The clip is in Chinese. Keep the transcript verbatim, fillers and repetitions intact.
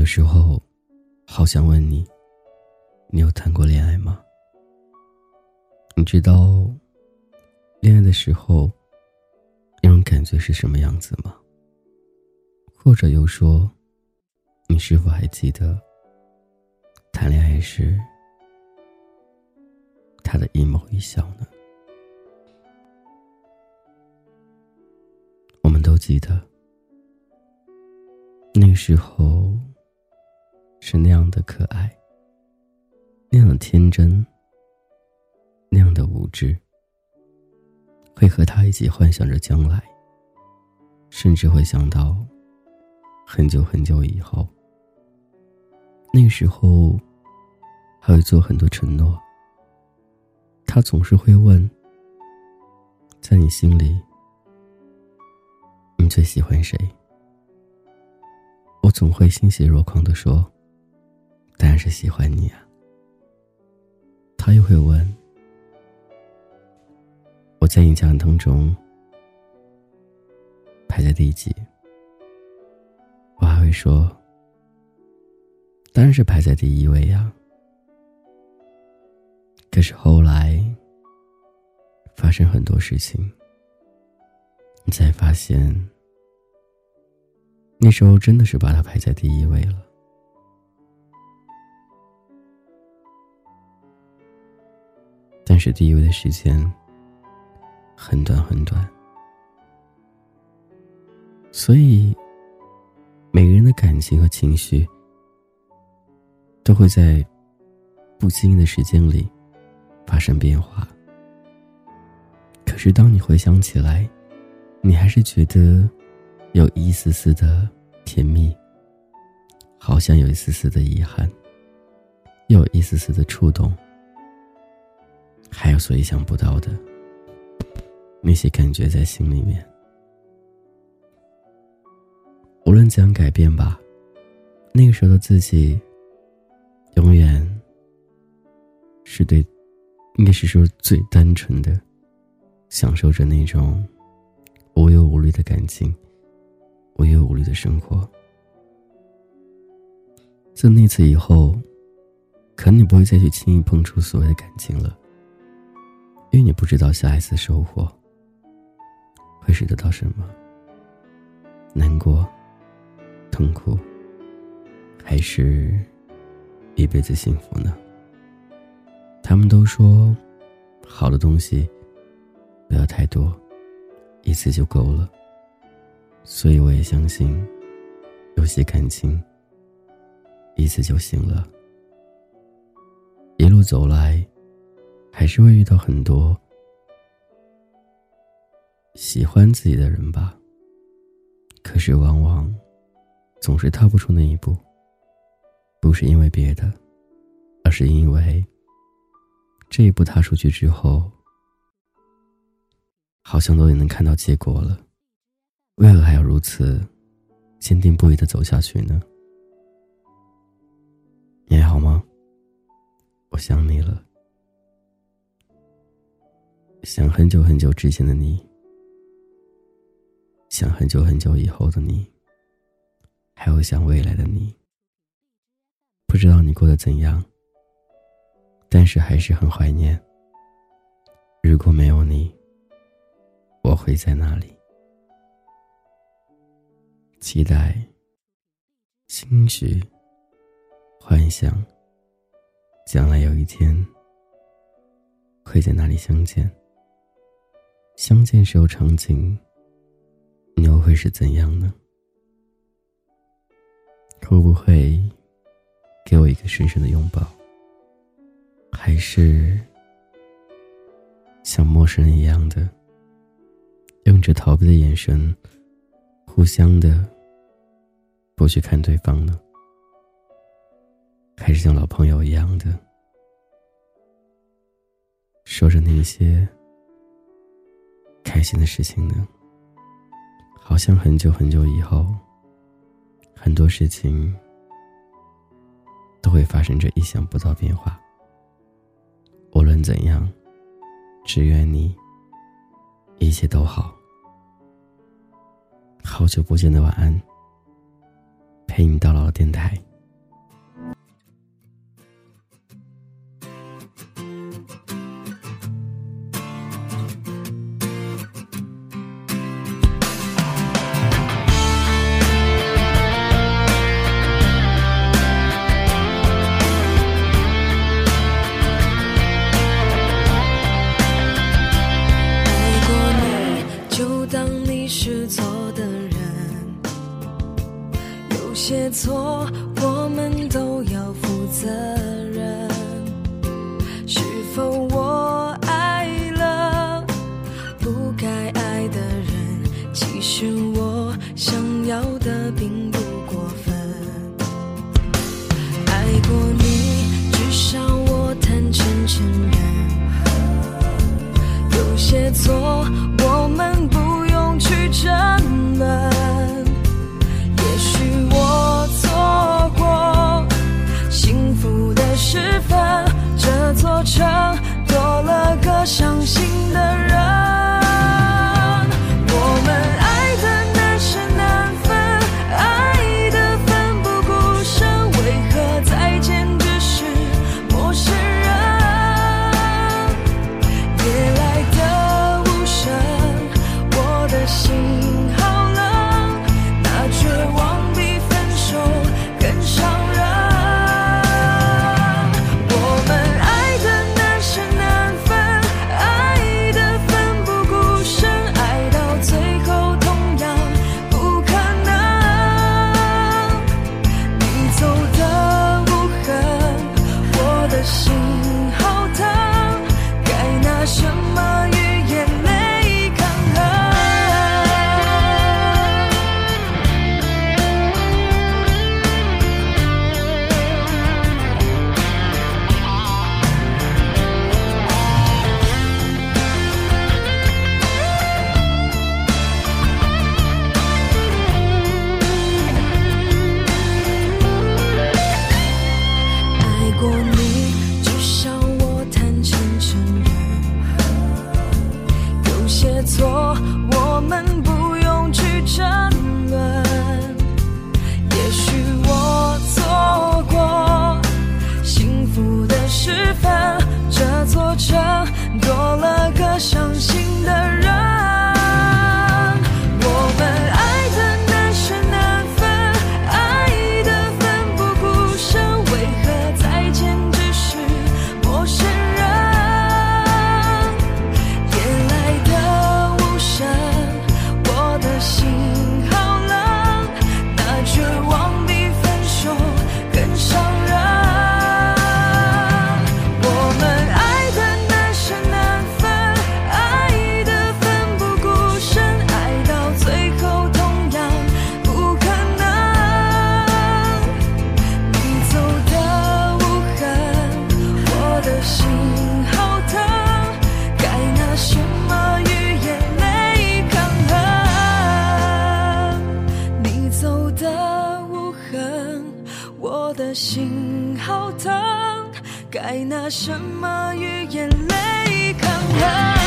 的时候，好想问你，你有谈过恋爱吗？你知道恋爱的时候那种感觉是什么样子吗？或者又说，你是否还记得谈恋爱时他的一眸一笑呢？我们都记得那个时候是那样的可爱，那样的天真，那样的无知，会和他一起幻想着将来，甚至会想到很久很久以后。那个时候还会做很多承诺，他总是会问，在你心里你最喜欢谁？我总会欣喜若狂地说，当然是喜欢你啊。他又会问，我在印象当中排在第几？我还会说，当然是排在第一位呀。可是后来发生很多事情，你才发现那时候真的是把他排在第一位了。但是第一位的时间很短很短，所以每个人的感情和情绪都会在不经意的时间里发生变化。可是当你回想起来，你还是觉得有一丝丝的甜蜜，好像有一丝丝的遗憾，又有一丝丝的触动，还有所意想不到的那些感觉在心里面。无论怎样改变吧，那个时候的自己永远是对，应该是说最单纯的享受着那种无忧无虑的感情，无忧无虑的生活。自那次以后，可能你不会再去轻易碰触所谓的感情了，因为你不知道下一次收获会是得到什么，难过、痛苦，还是一辈子幸福呢？他们都说，好的东西不要太多，一次就够了。所以我也相信，有些感情一次就行了。一路走来，还是会遇到很多喜欢自己的人吧，可是往往总是踏不出那一步，不是因为别的，而是因为这一步踏出去之后，好像都也能看到结果了，为何还要如此坚定不移地走下去呢？你还好吗？我想你了，想很久很久之前的你，想很久很久以后的你，还有想未来的你。不知道你过得怎样，但是还是很怀念。如果没有你，我会在哪里？期待、兴许、幻想，将来有一天会在哪里相见。相见时候场景你又会是怎样呢？会不会给我一个深深的拥抱，还是像陌生人一样的用着逃避的眼神互相的不去看对方呢？还是像老朋友一样的说着那些开心的事情呢？好像很久很久以后，很多事情都会发生着意想不到变化。无论怎样，只愿你一切都好。好久不见的晚安，陪你到老的电台， 福的时分，这座城多了个伤心的人。我们爱的难舍难分，爱的奋不顾身，为何再见只是陌生人？夜来的无声，我的心好冷，那绝望比分手更伤人。我们爱的难舍难分，爱的奋不顾身，爱到最后同样不可能。你走的无痕，我的心好疼，该拿什么与眼泪抗衡？爱过你，至少我坦诚承认，有些错我们不用去争论。也许我错过幸福的时分，这座城多了个伤心的人。我们爱的难舍难分，爱的奋不顾身，为何再见只是陌生人？夜来的无声，我的心好冷，那绝望比分手更伤人。我们爱的难舍难分，爱的奋不顾身，爱到最后同样不可能。你走的无痕，我的心好疼，该拿什么与眼泪抗衡？你走的无痕，我的心好疼，该拿什么与眼泪抗衡？